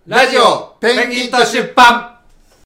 ラジオペンギンと出版。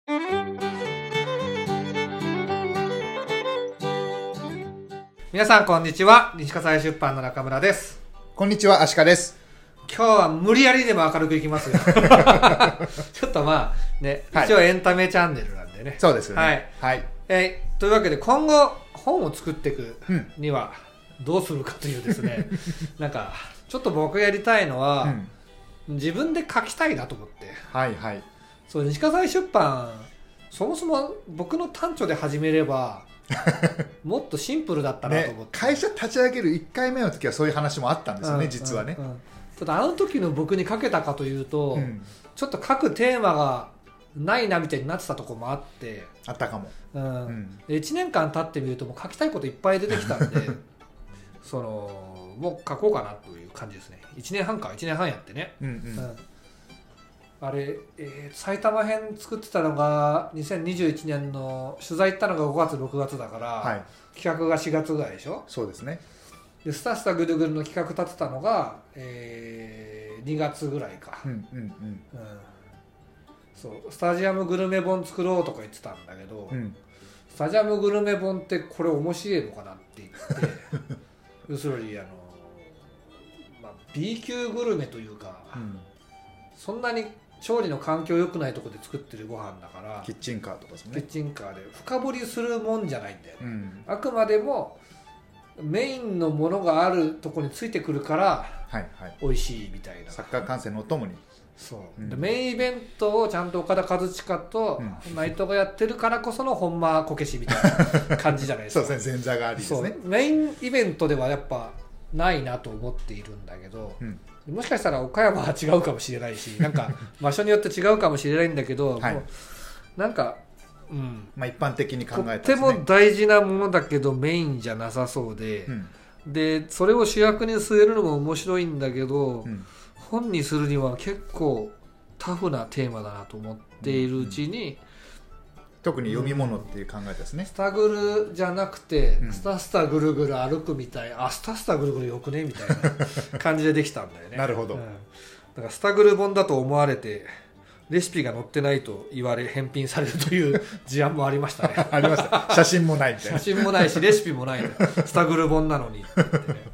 皆さんこんにちは。西葛西出版の中村です。 こんにちは、アシカです。 今日は無理やりでも明るくいきますよ。ちょっとまあね、 はい、 一応エンタメチャンネルなんでね。 そうですよね。 はい。はい。というわけで今後本を作っていくにはどうするかというですね、なんかちょっと僕やりたいのは、自分で書きたいなと思って。 はいはい。 そう、西葛西出版、そもそも僕の短調で始めればもっとシンプルだったなと思って、 ね、会社立ち上げる1回目の時はそういう話もあったんですよね、実はね。 ちょっとあの時の僕に書けたかというと、ちょっと書くテーマがないなみたいになってたところもあって、 あったかも。 1年間経ってみるともう書きたいこといっぱい出てきたんでそのもう書こうかなという感じですね。1年半やってね、あれ、埼玉編作ってたのが2021年の取材行ったのが5月6月だから、はい、企画が4月ぐらいでしょ。 そうですね。 でスタスタぐるぐるの企画立てたのが、2月ぐらいか。そう、スタジアムグルメ本作ろうとか言ってたんだけど、スタジアムグルメ本ってこれ面白いのかなって言って要するにB 級グルメというか、そんなに調理の環境良くないところで作ってるご飯だから、 キッチンカーとかですね。 キッチンカーで深掘りするもんじゃないんだよね、あくまでもメインのものがあるところについてくるから美味しいみたいな、 サッカー観戦のお供に。 そう、でメインイベントをちゃんと岡田和親と内藤がやってるからこその本間こけしみたいな感じじゃないですか。 そうですね、前座がありですね。 メインイベントではやっぱないなと思っているんだけど、もしかしたら岡山は違うかもしれないし、なんか場所によって違うかもしれないんだけど、なんか、 一般的に考えたら、 とても大事なものだけどメインじゃなさそうで、でそれを主役に据えるのも面白いんだけど、本にするには結構タフなテーマだなと思っているうちに、 特に読み物っていう考えですね。 スタグルじゃなくて、スタスタぐるぐる歩くみたい、スタスタぐるぐるよくねみたいな感じでできたんだよね。 なるほど、 だからスタグル本だと思われてレシピが載ってないと言われ返品されるという事案もありましたね。 ありました。写真もないみたいな。 写真もないしレシピもないスタグル本なのにってね、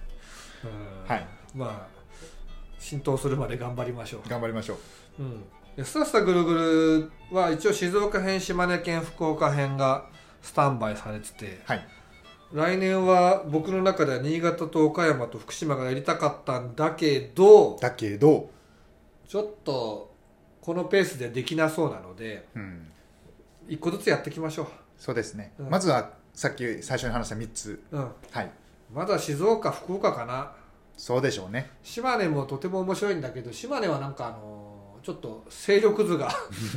まあ浸透するまで頑張りましょう。 頑張りましょう。 スタスタぐるぐるは一応静岡編、島根県、福岡編がスタンバイされてて、来年は僕の中では新潟と岡山と福島がやりたかったんだけどちょっとこのペースでできなそうなので、1個ずつやっていきましょう。 そうですね、まずはさっき最初に話した3つ、 まずは静岡、福岡かな。 そうでしょうね。 島根もとても面白いんだけど、島根はなんかちょっと勢力図が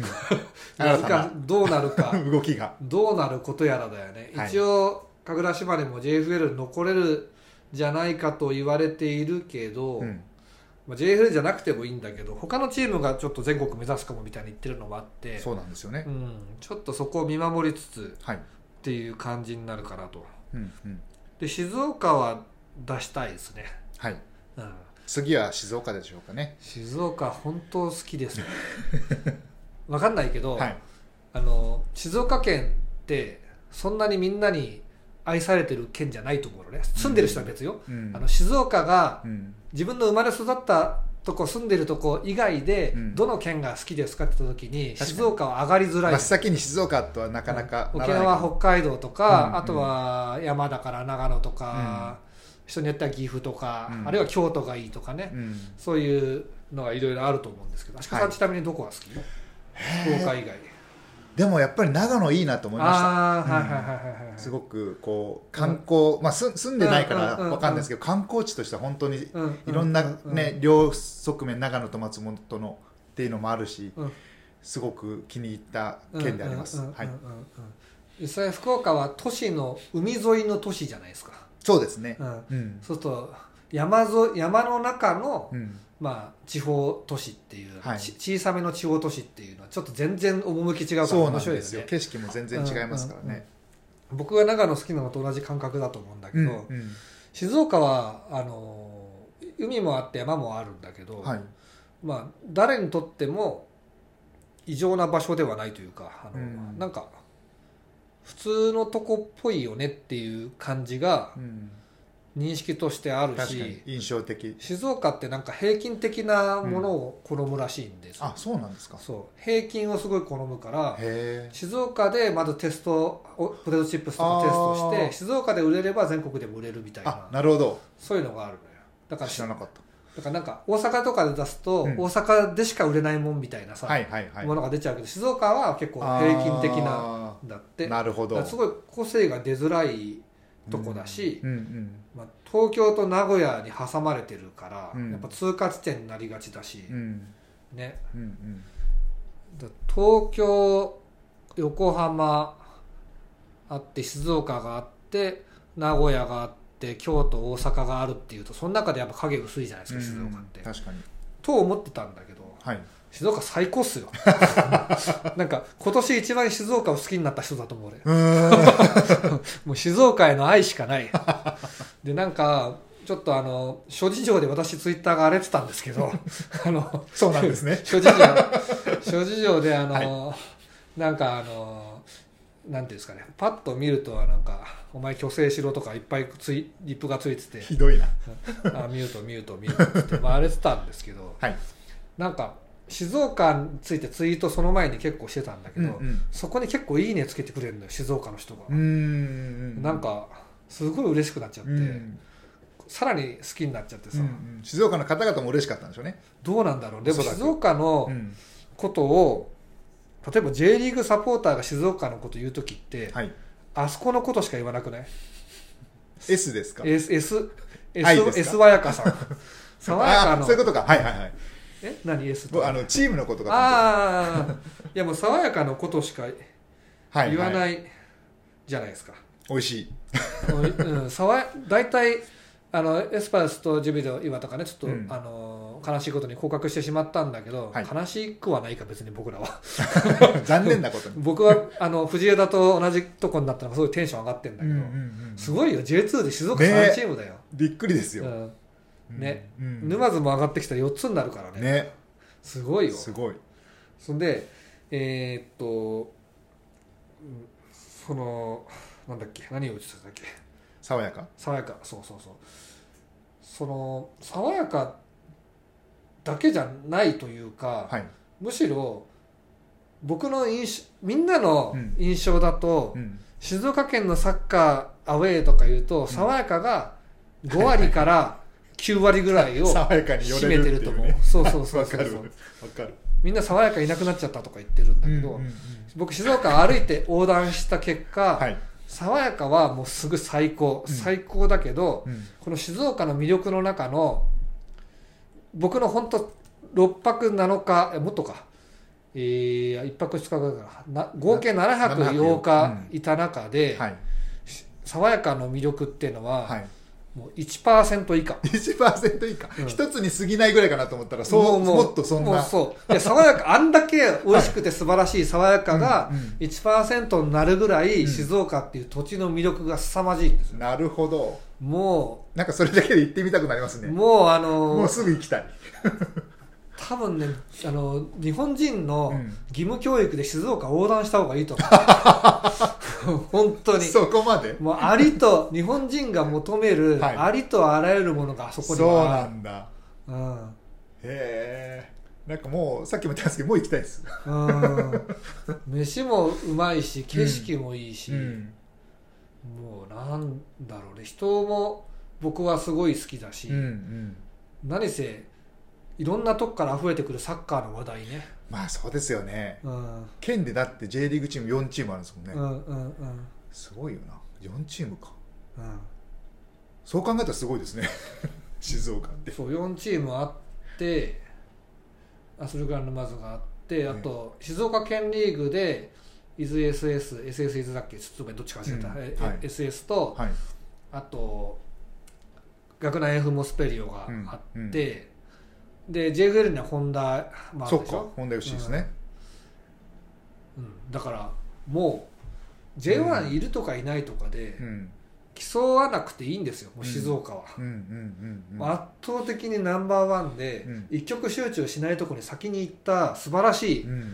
どうなるか動きがどうなることやらだよね。一応神楽島根も JFL に残れるじゃないかと言われているけど、JFL じゃなくてもいいんだけど、他のチームがちょっと全国目指すかもみたいに言ってるのもあって、 そうなんですよね、 ちょっとそこを見守りつつ、っていう感じになるかなと。で静岡は出したいですね。次は静岡でしょうかね。 静岡本当好きですね。分かんないけど、静岡県ってそんなにみんなに愛されてる県じゃないと思うのね。住んでる人は別よ、静岡が自分の生まれ育ったとこ、住んでるとこ以外でどの県が好きですかって言った時に、静岡は上がりづらい。 真っ先に静岡とはなかなか沖縄、北海道とか、あとは山だから長野とか、人によっては岐阜とか、あるいは京都がいいとかね、そういうのがいろいろあると思うんですけど、足利さんちなみにどこが好き？福岡以外でもやっぱり長野いいなと思いました。すごくこう観光、住んでないから分かんないですけど、観光地としては本当にいろんなね、両側面、長野と松本のっていうのもあるし、すごく気に入った県であります。 実際福岡は都市の海沿いの都市じゃないですか。 そうですね、 そうすると山の中の、地方都市っていう、小さめの地方都市っていうのはちょっと全然趣違うから面白いですよね。 景色も全然違いますからね。 僕が長野好きなのと同じ感覚だと思うんだけど、静岡は海もあって山もあるんだけど、誰にとっても異常な場所ではないというかなんか普通のとこっぽいよねっていう感じが認識としてあるし、 確かに印象的。 静岡ってなんか平均的なものを好むらしいんです、 あ、そうなんですか。 そう平均をすごい好むから静岡でまずテストポテトチップスとかテストして静岡で売れれば全国でも売れるみたいな。 なるほど。 そういうのがあるのよ。だから知らなかった。 だからなんか大阪とかで出すと、大阪でしか売れないもんみたいなさ、ものが出ちゃうけど静岡は結構平均的なだって。 なるほど。 すごい個性が出づらいとこだし、東京と名古屋に挟まれてるから、やっぱ通過地点になりがちだし、ね、東京横浜あって静岡があって名古屋があって京都大阪があるっていうとその中でやっぱ影薄いじゃないですか、静岡って。 確かにと思ってたんだけど、静岡最高っすよなんか今年一番静岡を好きになった人だと思う俺もう静岡への愛しかないでなんかちょっと諸事情で私ツイッターが荒れてたんですけどそうなんですね諸事情でなんかなんていうんですかね、パッと見るとなんかお前虚勢しろとかいっぱいリップがついててひどいなミュートって荒れてたんですけど、なんか静岡についてツイートその前に結構してたんだけど、そこに結構いいねつけてくれるのよ静岡の人が。なんかすごい嬉しくなっちゃって、さらに好きになっちゃってさ、 静岡の方々も嬉しかったんでしょうね。 どうなんだろう。でも静岡のことを、例えば J リーグサポーターが静岡のこと言う時って、あそこのことしか言わなくない？ S ですか？ S わやかさん爽やかのそういうことか。 何 S とチームのことかと思って。いやもう爽やかのことしか言わないじゃないですか。 美味しい大体エスパルスとジュビロ磐田がねちょっと、悲しいことに降格してしまったんだけど、悲しくはないか別に僕らは残念なことに僕は藤枝と同じとこになったのがすごいテンション上がってるんだけど、すごいよ J2 で静岡3チームだよ、 びっくりですよ、 ね、沼津も上がってきたら4つになるからね、すごいよ。 すごい。 そんでなんだっけ、何を言ってたんだっけ。 爽やか、 そう爽やかだけじゃないというか、むしろ僕のみんなの印象だと、静岡県のサッカーアウェーとかいうと、爽やかが5割から9割ぐらいを占めてると思う。そうわかる。みんな爽やかいなくなっちゃったとか言ってるんだけど、僕静岡歩いて横断した結果、爽やかはもうすぐ最高だけど、この静岡の魅力の中の僕の本当6泊7日もっとか、1泊2日から合計7泊8日いた中で、爽やかの魅力っていうのは、もう 1% 以下 1% 以下、一つに過ぎないぐらいかなと思ったら、もっとそんな。 いや爽やかあんだけ美味しくて素晴らしい爽やかが 1% になるぐらい、静岡っていう土地の魅力が凄まじいんですよ。 なるほど。 もうなんかそれだけで行ってみたくなりますね。 もうすぐ行きたい多分ね、日本人の義務教育で静岡横断した方がいいと思う本当にそこまでもう日本人が求めるありとあらゆるものがあそこにはある。 そうなんだ、へえ。なんかもうさっきも言ったんですけど、もう行きたいです飯もうまいし景色もいいし、もうなんだろうね、人も僕はすごい好きだし、何せいろんなとこから溢れてくるサッカーの話題ね。 まあそうですよね、県でだって J リーグチーム4チームあるんですもんね、すごいよな。4チームか、そう考えたらすごいですね静岡って。 そう4チームあって、それから沼津があって、あと静岡県リーグで伊豆 SS 伊豆だっけ、ちょっとどっちか忘れた、SS と、あと学内 F モスペリオがあって、で JFL にはホンダもあるでしょ。 そっか、ホンダ FC ですね、 だからもう J1 いるとかいないとかで競わなくていいんですよ、もう静岡は。圧倒的にナンバーワンで、一極集中しないところに先に行った素晴らしい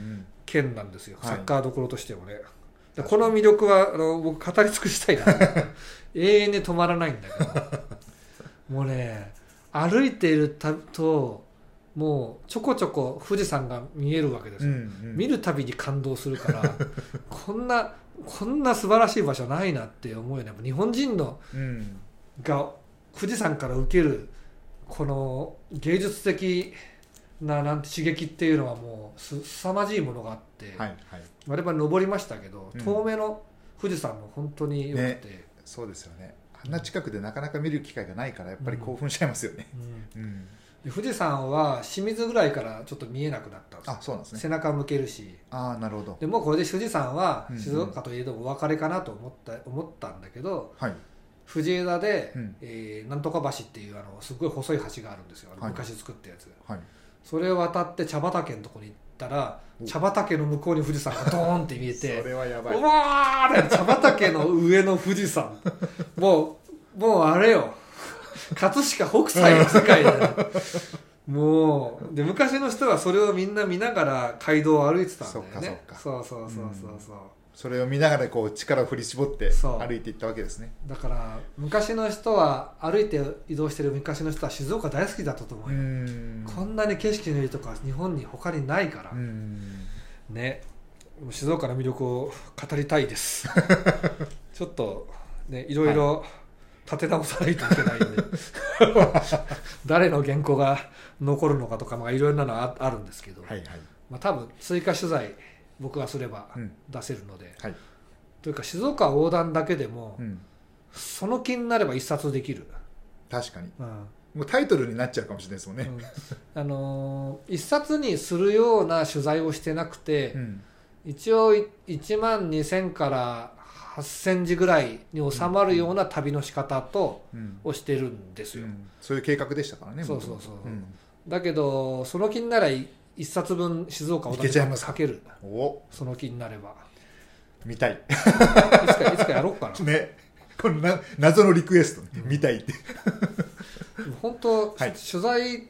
県なんですよ、サッカーどころとしてもね。この魅力は僕語り尽くしたいな永遠に止まらないんだけどもうね、歩いているともうちょこちょこ富士山が見えるわけですよ、見るたびに感動するからこんな素晴らしい場所ないなって思うよね。日本人の、が富士山から受けるこの芸術的なんて刺激っていうのはもう凄まじいものがあって、我々登りましたけど、遠目の富士山も本当に良くて、 そうですよね。あんな近くでなかなか見る機会がないからやっぱり興奮しちゃいますよね。 で富士山は清水ぐらいからちょっと見えなくなったんですよ。 そうなんですね。 背中向けるし。 なるほど。 でもうこれで富士山は静岡といえどお別れかなと思ったんだけど、藤枝で、なんとか橋っていうすごい細い橋があるんですよ、昔作ったやつ、それを渡って茶畑のところに行ったら、茶畑の向こうに富士山がドーンって見えてそれはやばい。 うわー茶畑の上の富士山もうあれよ葛飾北斎の世界だよもうで昔の人はそれをみんな見ながら街道を歩いてたんだよね。そうそれを見ながらこう力を振り絞って歩いていったわけですね。 だから昔の人は歩いて移動してる昔の人は静岡大好きだったと思うよ。こんなに景色のいいとこは日本に他にないからね。静岡の魅力を語りたいですちょっとね、いろいろ立て直さないといけないんで誰の原稿が残るのかとかいろいろなのあるんですけど、多分追加取材僕がすれば出せるので、というか静岡横断だけでも、その気になれば一冊できる。 確かに、もうタイトルになっちゃうかもしれないですもんね、一冊にするような取材をしてなくて、一応1万2000から8000字ぐらいに収まるような旅の仕方をしてるんですよ、 そういう計画でしたからね。 だけどその気になら一冊分静岡を書ける。その気になれば見たいいつかやろうかなね。この謎のリクエスト、見たいって本当、取材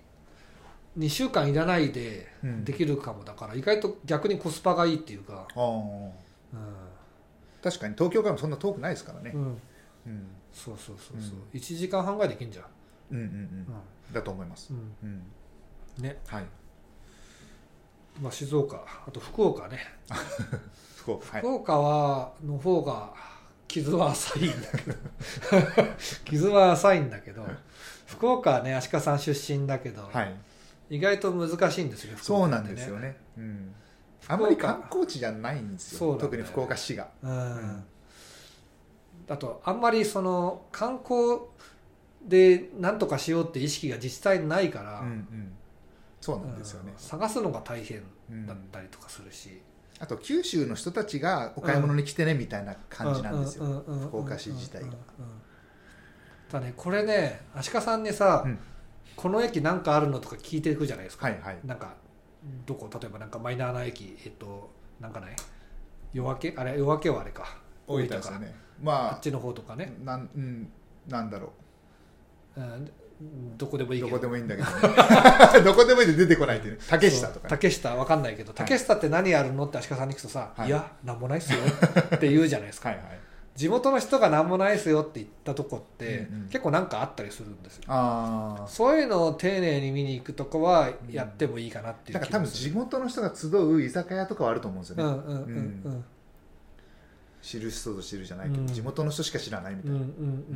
2週間いらないでできるかも。だから意外と逆にコスパがいいっていうか、 確かに東京からもそんな遠くないですからね。 そう1時間半ぐらいできんじゃん。 だと思います。 ね。静岡、あと福岡ね福岡の方が傷は浅いんだけど傷は浅いんだけど、福岡はね足利さん出身だけど、意外と難しいんですよ。 そうなんですよね。あんまり観光地じゃないんですよ、特に福岡市が。 あとあんまりその観光で何とかしようって意識が自治体にないから、 そうなんですよね。 探すのが大変だったりとかするし、 あと九州の人たちがお買い物に来てねみたいな感じなんですよ、福岡市自体が。 だね、これね足利さんにさ、この駅なんかあるのとか聞いていくじゃないですか。なんかどこ、例えばなんかマイナーな駅、なんかない夜明け、夜明けはあれか大分ですよね。 あっちの方とかね、 なんだろう、 どこでもいいけど、 どこでもいいんだけどどこでもいいで出てこないっていう、竹下とか、 竹下わかんないけど、竹下って何あるのって足利さんに聞くとさ、いやなんもないっすよって言うじゃないですか。地元の人がなんもないっすよって言ったとこって、結構なんかあったりするんですよ。そういうのを丁寧に見に行くとこはやってもいいかなっていう気がする。 多分地元の人が集う居酒屋とかはあると思うんですよね。知る人ぞ知るじゃないけど、地元の人しか知らないみたいな。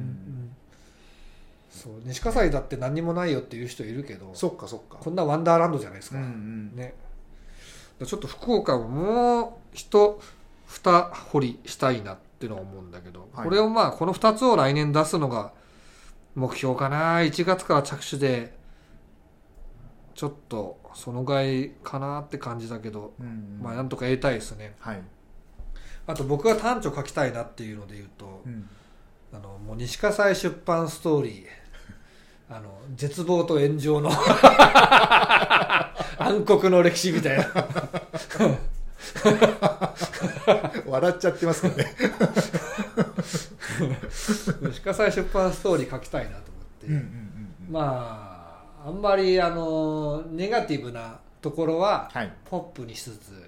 そう、西葛西だって何にもないよっていう人いるけど、 そっかこんなワンダーランドじゃないですか、ね。ちょっと福岡をもう二掘りしたいなっていうのは思うんだけど、これをこの2つを来年出すのが目標かな。1月から着手でちょっとそのぐらいかなって感じだけど、なんとかやりたいですね。あと僕が短調書きたいなっていうので言うと、もう西葛西出版ストーリー絶望と炎上の暗黒の歴史みたいな笑っちゃってますけどね西葛西出版ストーリー書きたいなと思って、あんまりネガティブなところはポップにしつつ、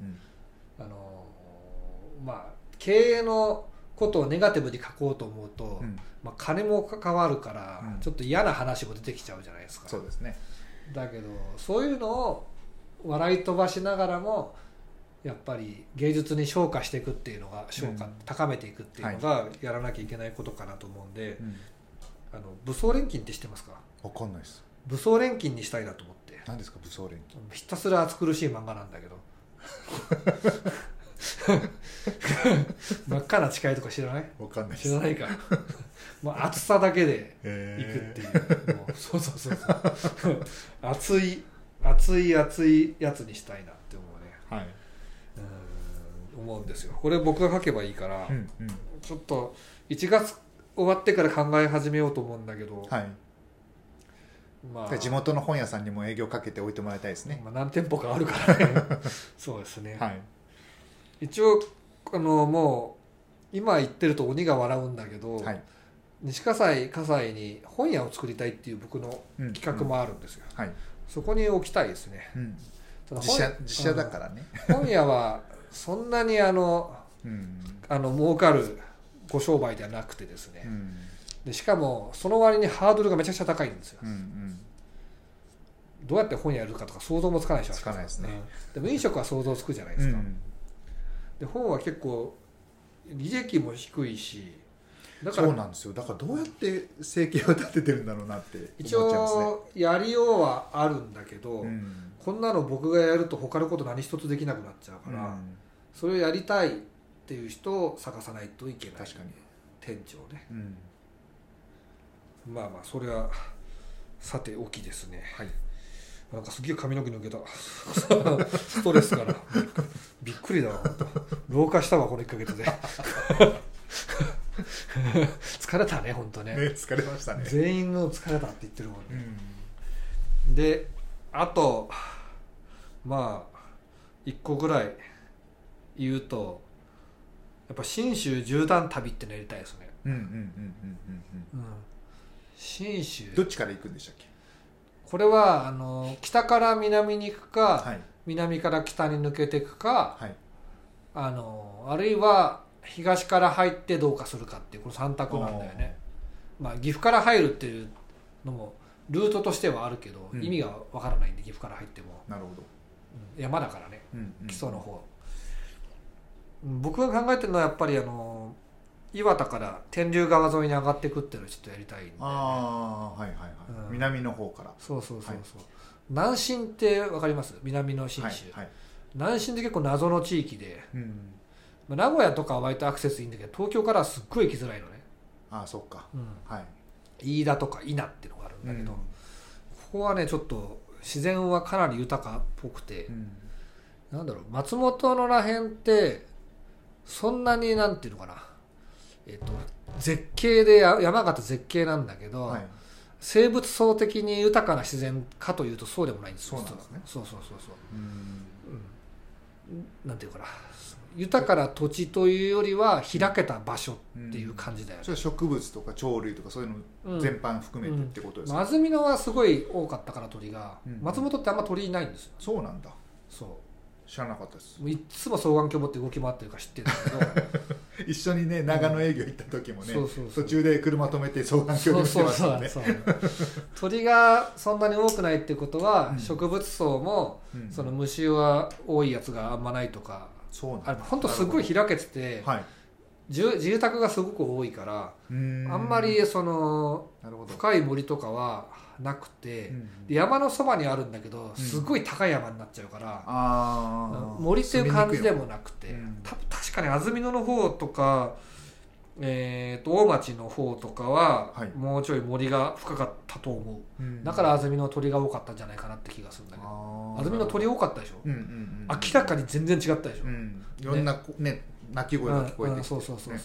経営のことをネガティブに書こうと思うと、金も関わるから、ちょっと嫌な話も出てきちゃうじゃないですか。 そうですね。 だけどそういうのを笑い飛ばしながらもやっぱり芸術に昇華していくっていうのが高めていくっていうのがやらなきゃいけないことかなと思うんで、武装錬金って知ってますか？ 分かんないです。 武装錬金にしたいなと思って。 何ですか武装錬金？ ひたすら暑苦しい漫画なんだけど真っ赤な誓いとか知らない？ 分かんないです。 知らないかもう暑さだけでいくっていう、もうそう熱いやつにしたいなって思うね。思うんですよ。これ僕が書けばいいから、ちょっと1月終わってから考え始めようと思うんだけど、 地元の本屋さんにも営業かけておいてもらいたいですね。 何店舗かあるからねそうですね、一応もう今言ってると鬼が笑うんだけど、西葛西に本屋を作りたいっていう僕の企画もあるんですよ。そこに置きたいですね。 自社だからね。 本屋はそんなに儲かるご商売ではなくてですね、でしかもその割にハードルがめちゃくちゃ高いんですよ。どうやって本屋やるかとか想像もつかないでしょ。 つかないですね。 でも飲食は想像つくじゃないですか。で本は結構利益も低いし、 だからそうなんですよ。だからどうやって生計を立ててるんだろうなって思っちゃいますね。 一応やりようはあるんだけど、こんなの僕がやると他のこと何一つできなくなっちゃうから、それをやりたいっていう人を探さないといけない。 確かに店長ね、それはさておきですね。なんかすげえ髪の毛抜けたストレスからびっくりだわ。老化したわこの1ヶ月で疲れたね本当ね。 疲れましたね。 全員の疲れたって言ってるもんね。であと1個ぐらい言うと、やっぱ信州縦断旅ってのやりたいですね。信州どっちから行くんでしたっけ？ これは北から南に行くか、南から北に抜けていくか、あるいは東から入ってどうかするかっていうこの3択なんだよね。岐阜から入るっていうのもルートとしてはあるけど、意味がわからないんで岐阜から入っても。 なるほど。 山だからね、基礎の方。僕が考えてるのはやっぱり岩田から天竜川沿いに上がっていくっていうのをちょっとやりたいんで、 南の方から。 そう南信って分かります？南の信州、南信って結構謎の地域で、名古屋とかは割とアクセスいいんだけど東京からはすっごい行きづらいのね。 そっか。 飯田とか伊那っていうのがあるんだけど、ここはねちょっと自然はかなり豊かっぽくて、なんだろう、松本のらへんってそんなになんていうのかな、絶景で山形絶景なんだけど、生物層的に豊かな自然かというとそうでもないんですよ。 そうなんですね。 なんていうかな、豊かな土地というよりは開けた場所っていう感じだよね。 それは植物とか鳥類とかそういうの全般含めてってことですか？ 安曇野はすごい多かったから鳥が、松本ってあんま鳥いないんですよ。 そうなんだ。 そう、 知らなかったです。 いつも双眼鏡持って動き回ってるから知ってるんだけど一緒にね長野営業行った時もね、途中で車止めて双眼鏡で見てましたよね。 鳥がそんなに多くないっていうことは、植物層も、その虫は多いやつがあんまないとか、本当すごい開けてて、住宅がすごく多いから、あんまりその深い森とかはなくて、山のそばにあるんだけどすごい高い山になっちゃうから、森っていう感じでもなくて、確かに安曇野の方とか、大町の方とかはもうちょい森が深かったと思う、だから安曇野鳥が多かったんじゃないかなって気がするんだけど。安曇野鳥多かったでしょ、明らかに全然違ったでしょ、 いろんなね鳴き声が聞こえてきて、 そう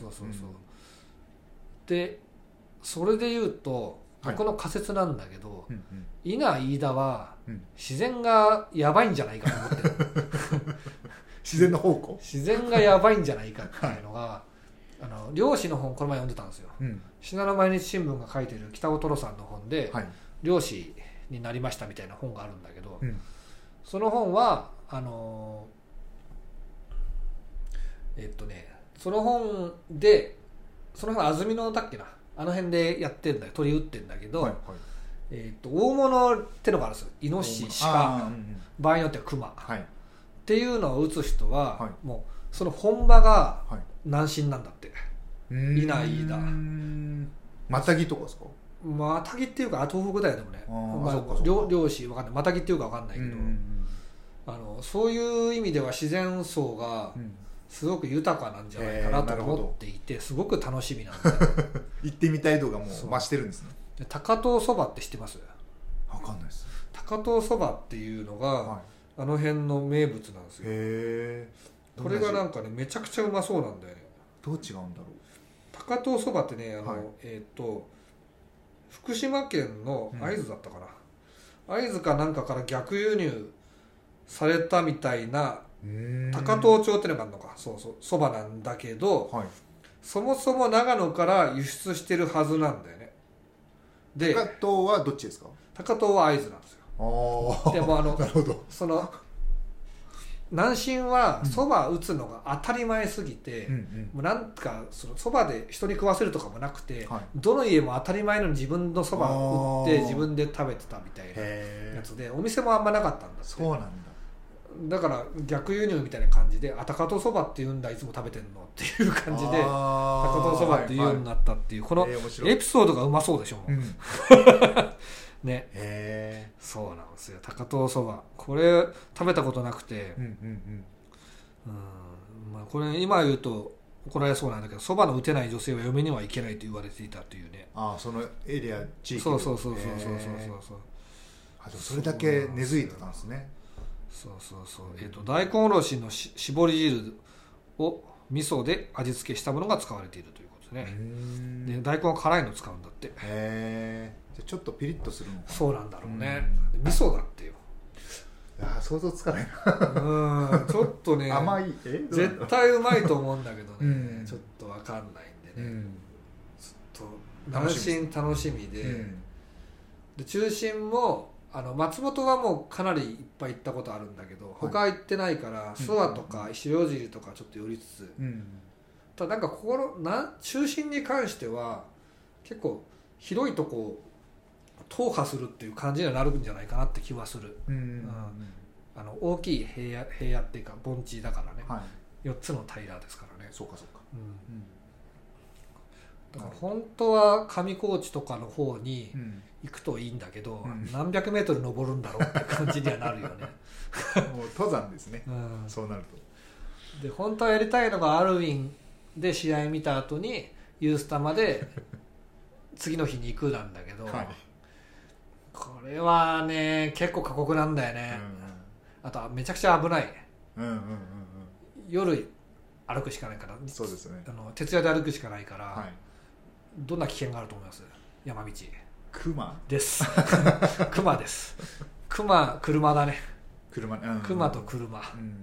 でそれで言うと僕の仮説なんだけど、伊那飯田は自然がやばいんじゃないかと思ってる自然の宝庫、 自然がやばいんじゃないかっていうのが、漁師の本この前読んでたんですよ、信濃毎日新聞が書いてる北尾トロさんの本で、漁師になりましたみたいな本があるんだけど、 その本はその本は安曇野だっけな、あの辺でやってんだよ、鳥打ってんだけど、はいはい、大物ってのがあるんですよ。イノシシ、鹿、場合によってはクマ、はい、っていうのを打つ人は、はい、もうその本場が南進なんだって、はい、いないだマタギとかですか？ マタギっていうか東北だよ。でもね、漁師わかんない、マタギっていうかわかんないけど、そういう意味では自然層がすごく豊かなんじゃないかなと思っていて、すごく楽しみなんで行ってみたい度がもう増してるんですね。 高遠そばって知ってます？ わかんないです。 高遠そばっていうのが、はい、あの辺の名物なんですよ。 へこれがなんかねめちゃくちゃうまそうなんだよね。 どう違うんだろう。 高遠そばってね福島県の会津だったかな、会津かなんかから逆輸入されたみたいな高遠町ってのがあるのか、そうそうそばなんだけど、はい、そもそも長野から輸出してるはずなんだよね。で高遠はどっちですか？ 高遠は会津なんですよ。でもなるほど。 その南進はそば打つのが当たり前すぎて、もうなんかそばで人に食わせるとかもなくて、はい、どの家も当たり前のように自分のそばを打って自分で食べてたみたいなやつで、お店もあんまなかったんだって。 そうなんだ。 だから逆輸入みたいな感じで、高遠そばって言うんだいつも食べてんのっていう感じで高遠そばって言うようになったっていう、このエピソードがうまそうでしょ、ね、そうなんですよ。高遠そばこれ食べたことなくて、これ今言うと怒られそうなんだけど、そばの打てない女性は嫁には行けないと言われていたというね。 そのエリア地域そうそれだけ根付いてたんですね。 大根おろしの絞り汁を味噌で味付けしたものが使われているということですね。で大根は辛いの使うんだって。 じゃちょっとピリッとするのかな。 そうなんだろうね。味噌だってよ。 想像つかないな。 ちょっとね甘い絶対うまいと思うんだけどね、ちょっと分かんないんでね、ちょっと南進楽しみで、で中心も松本はもうかなりいっぱい行ったことあるんだけど、他行ってないから諏訪とか石尾尻とかちょっと寄りつつ、ただなんか中心に関しては結構広いとこ踏破するっていう感じにはなるんじゃないかなって気はする。大きい平野っていうか盆地だからね、4つの平らですからね。 そうかそうか、 だから本当は上高地とかの方に行くといいんだけど、何百メートル登るんだろうって感じにはなるよね。 もう登山ですね、そうなると。で本当はやりたいのがアルウィンで試合見た後にユースタまで次の日に行くなんだけど、これはね結構過酷なんだよね、あとはめちゃくちゃ危ない、夜歩くしかないから。 そうですね、 徹夜で歩くしかないから、どんな危険があると思います？山道。 熊です。熊です。車だね。熊と車。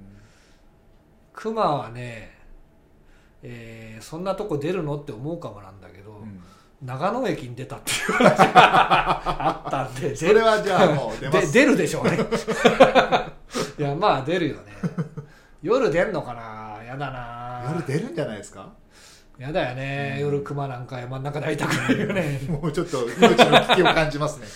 熊はね、そんなとこ出るのって思うかもなんだけど、長野駅に出たっていう話があったんで、 それはじゃあもう出ます。 出るでしょうね。いやまあ出るよね。夜出んのかな、やだな。 夜出るんじゃないですか。 やだよね、夜熊なんか山の中で会いたくないよね。 もうちょっと命の危機を感じますね。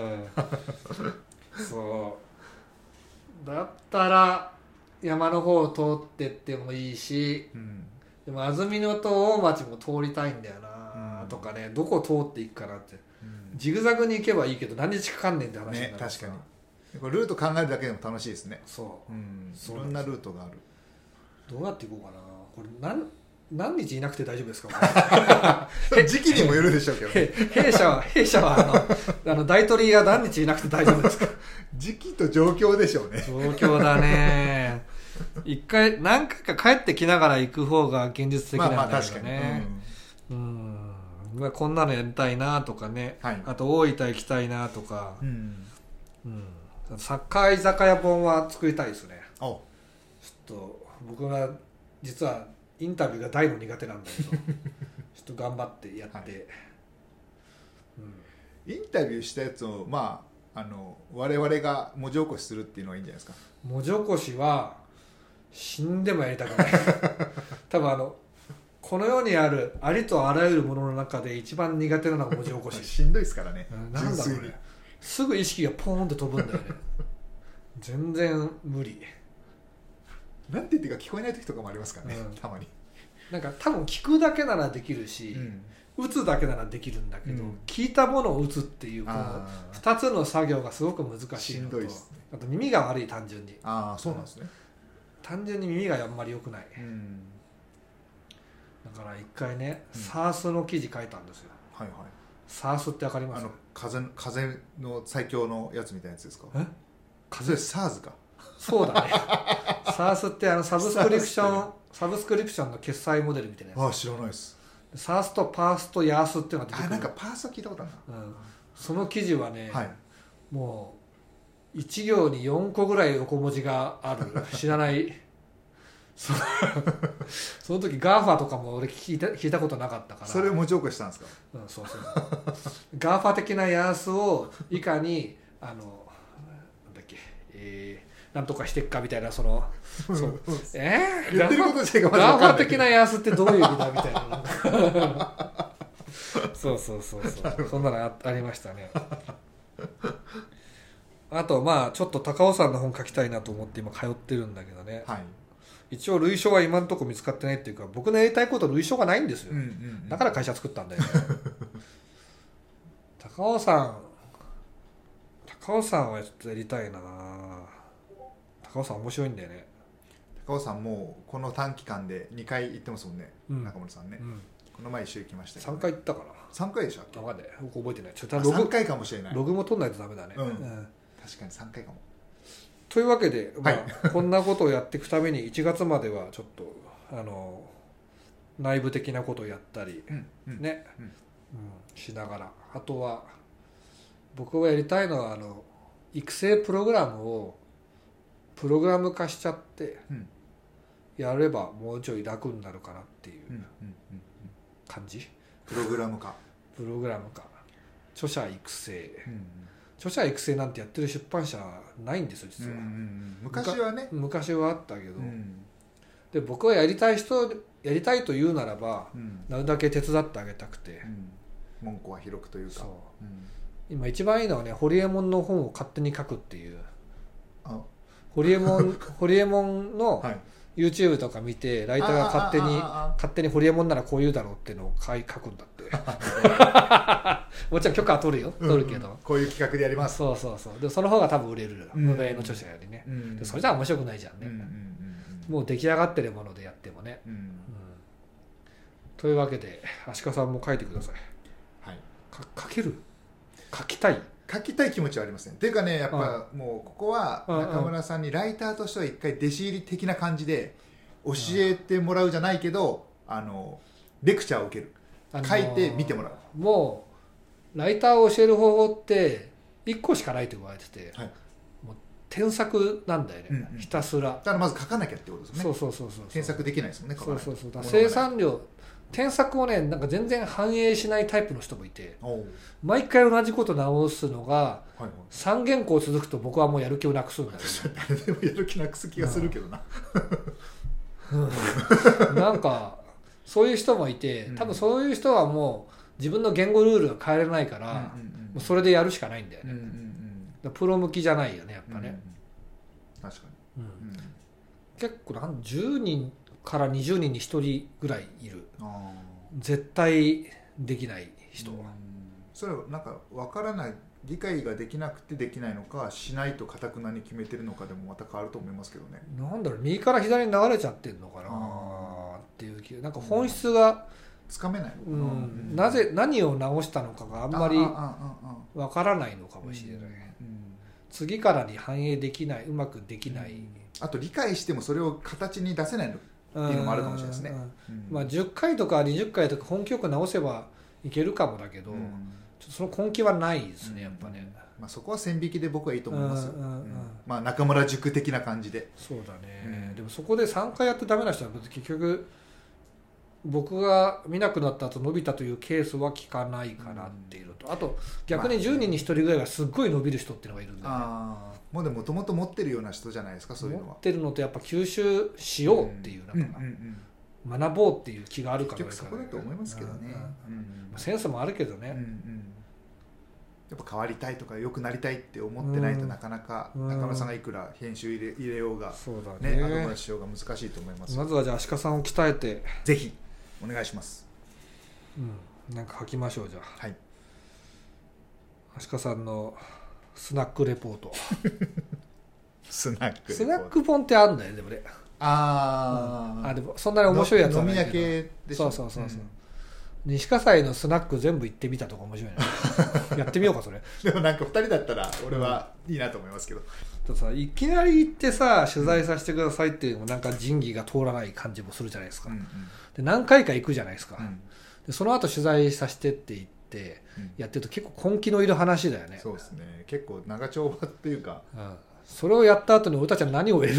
そうだったら山の方を通ってってもいいし、でも安曇野と大町も通りたいんだよな、とかね、どこ通っていくかなって、ジグザグに行けばいいけど何日かかんねんって話になる、 確かにルート考えるだけでも楽しいですね。 そう、 いろんなルートがある。 どうやっていこうかな。これ何日いなくて大丈夫ですか？ 時期にもよるでしょうけど、ね、 弊社は大鳥居が何日いなくて大丈夫ですか？ 時期と状況でしょうね。 状況だね。何回か帰ってきながら行く方が現実的なんだけどね。こんなのやりたいなとかね、あと大分行きたいなとか、サッカー居酒屋本は作りたいですね。ちょっと僕が実はインタビューが大の苦手なんだけどちょっと頑張ってやって、 インタビューしたやつを我々が文字起こしするっていうのがいいんじゃないですか。 文字起こしは死んでもやりたくない多分この世にあるありとあらゆるものの中で一番苦手なのが文字起こししんどいですからね、 なんだろうね、すぐ意識がポーンって飛ぶんだよね全然無理。 なんて言ってか聞こえない時とかもありますからね、たまに。 なんか多分聞くだけならできるし、打つだけならできるんだけど、聞いたものを打つっていうこの2つの作業がすごく難しいのと、あと耳が悪い、単純に。 そうなんですね。 単純に耳があんまり良くない、だから一回ね、SARS の記事書いたんですよ。 はいはい。 SARS ってわかります？ 風の最強のやつみたいなやつですか？風 SARS か。 そうだねSARS ってサブスクリプションの決済モデルみたいなやつ。 知らないです。 SARS とパースとヤースっていうのが出てくる。 なんかパースは聞いたことあるな、 その記事はね、もう1行に4個ぐらい横文字がある知らないその時 GAFA とかも俺聞いたことなかったから。 それを文字起こししたんですか？ そうそうGAFA 的なヤースをいかになんだっけ、なんとかしてっかみたいな、言ってること自体がまだ分かんない。GAFA 的なヤースってどういう意味だみたいなそうそんなの ありましたねあとちょっと高尾さんの本書きたいなと思って今通ってるんだけどね、一応類書は今のところ見つかってないっていうか、僕のやりたいこと類書がないんですよ、だから会社作ったんだよね高尾さんはちょっとやりたいな。高尾さん面白いんだよね。 高尾さんもうこの短期間で2回行ってますもんね、中村さんね、この前一緒に行きましたけど、 3回行ったかな。 3回でしたっけ？ 分かんない、僕覚えてない。 3回かもしれない。 ログも取んないとダメだね、 確かに3回かも。 というわけで、こんなことをやっていくために1月まではちょっと内部的なことをやったりしながら、あとは僕がやりたいのは育成プログラムをプログラム化しちゃってやればもうちょい楽になるかなっていう感じ。 プログラム化著者育成、著者育成なんてやってる出版社ないんですよ実は。昔はあったけど、で僕はやりたいと言うならば、なるだけ手伝ってあげたくて、 門戸は広くというか。 今一番いいのはね、ホリエモンの本を勝手に書くっていう。ホリエモンの YouTube とか見てライターが勝手にホリエモンならこう言うだろうっていうのを書くんだってもちろん許可は取るけど、 こういう企画でやります。 そうでその方が多分売れる、無名の著者よりね、でそれじゃ面白くないじゃんね、もう出来上がってるものでやってもね、というわけで足利さんも書いてください。書きたい気持ちはありますね。っていうかね、やっぱもうここは中村さんにライターとしては一回弟子入り的な感じで教えてもらうじゃないけど、レクチャーを受ける、書いて見てもらう。 もうライターを教える方法って1個しかないと言われてて、もう添削なんだよね、ひたすら。だからまず書かなきゃってことですね。そう添削できないですもんね。 生産量添削をね、なんか全然反映しないタイプの人もいて、毎回同じこと直すのが3原稿続くと僕はもうやる気をなくすんだよね。 誰でもやる気なくす気がするけどな、 なんかそういう人もいて、多分そういう人はもう自分の言語ルールが変えれないから、もうそれでやるしかないんだよね。プロ向きじゃないよね、やっぱね。 確かに、 結構10人から20人に1人ぐらいいる、絶対できない人。 それはなんか分からない、理解ができなくてできないのか、しないと堅くなに決めてるのかでもまた変わると思いますけどね。 なんだろう、右から左に流れちゃってるのかなっていう気が、なんか本質がつかめないのかな、何を直したのかがあんまり分からないのかもしれない。次からに反映できない、うまくできない、 あと理解してもそれを形に出せないのっていうのもあるかもしれないですね。 10回とか20回とか本気よく直せばいけるかもだけど、ちょっとその根気はないですね、やっぱね。 そこは線引きで僕はいいと思いますよ。中村塾的な感じで。 そうだね、でもそこで3回やってダメな人は結局僕が見なくなった後伸びたというケースは聞かないかなっていうのと、あと逆に10人に1人ぐらいがすっごい伸びる人っていうのがいるんだよね。 もともと持ってるような人じゃないですか、そういうのは。 持ってるのとやっぱ吸収しようっていう、なんか学ぼうっていう気があるから、 結局そこだと思いますけどね。 センスもあるけどね、 やっぱ変わりたいとか良くなりたいって思ってないとなかなか中村さんがいくら編集入れようが、 そうだね、 アドバイスしようが難しいと思います。 まずはじゃあ足利さんを鍛えてぜひお願いします。 なんか書きましょう。じゃあ、 はい、 足利さんのスナックレポートスナック本ってあるんだよね。でもね、でもそんなに面白いやつはないけど、 飲み屋系でしょ。 そう、西葛西のスナック全部行ってみたとか面白いなやってみようかそれ。 でもなんか2人だったら俺はいいなと思いますけど、 さ、いきなり行ってさ取材させてくださいっていうのもなんか仁義が通らない感じもするじゃないですか、で何回か行くじゃないですか、でその後取材させてって言ってやってると結構根気のいる話だよね。 そうですね、結構長丁場っていうか、 それをやった後に俺たちは何を得るん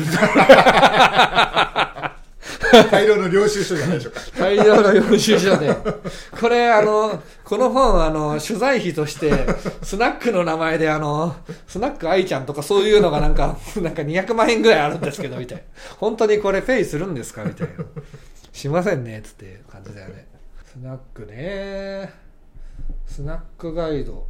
だ大量の領収書じゃないでしょうか。 大量の領収書でこれこの本取材費としてスナックの名前でスナック愛ちゃんとかそういうのがなんか200万円ぐらいあるんですけどみたいな、本当にこれペイするんですかみたいな、しませんねっつって感じだよね。スナックね、スナックガイド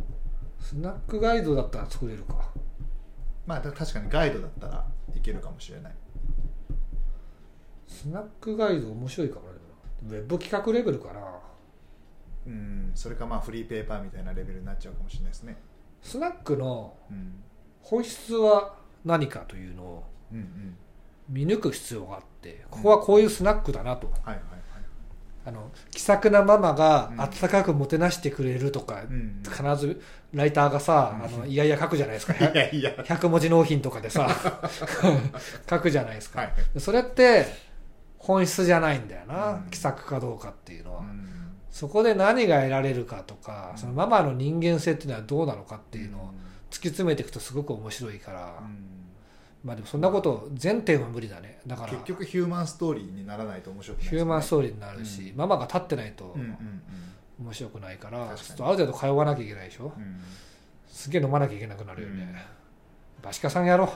だったら作れるか。 まあ確かにガイドだったらいけるかもしれない。 スナックガイド面白いかもね。ウェブ企画レベルかな。 それかまあフリーペーパーみたいなレベルになっちゃうかもしれないですね。 スナックの本質は何かというのを見抜く必要があって、ここはこういうスナックだなと、気さくなママが温かくもてなしてくれるとか、必ずライターがさいやいや書くじゃないですか。100文字納品とかでさ書くじゃないですか、それって本質じゃないんだよな、気さくかどうかっていうのは。そこで何が得られるかとか、そのママの人間性っていうのはどうなのかっていうのを突き詰めていくとすごく面白いから、まあでもそんなこと全点は無理だね。だから結局ヒューマンストーリーにならないと面白くないですね。 ヒューマンストーリーになるし、ママが立ってないと面白くないから、ちょっとある程度通わなきゃいけないでしょ、すげえ飲まなきゃいけなくなるよね、バシカさんやろう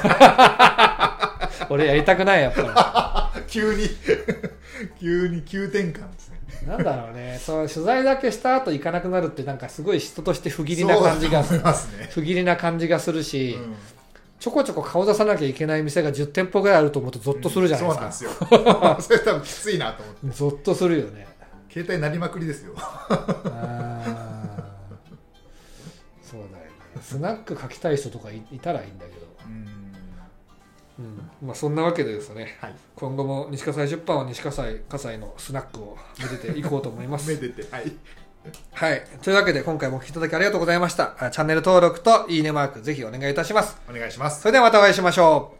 俺やりたくない、やっぱり急転換ですね。 なんだろうね、そう取材だけした後行かなくなるってなんかすごい人として不義理な感じがする、不義理な感じがするし、ちょこちょこ顔出さなきゃいけない店が10店舗ぐらいあると思うとゾッとするじゃないですか、 そうなんですよそれ多分きついなと思って、 ゾッとするよね。 携帯なりまくりですよそうだよね、スナック書きたい人とか いたらいいんだけど、まあそんなわけでですね、今後も西葛西出版は西葛西のスナックをめでていこうと思いますめでて、 はい、というわけで今回もお聞きいただきありがとうございました。チャンネル登録といいねマークぜひお願いいたします。 お願いします。 それではまたお会いしましょう。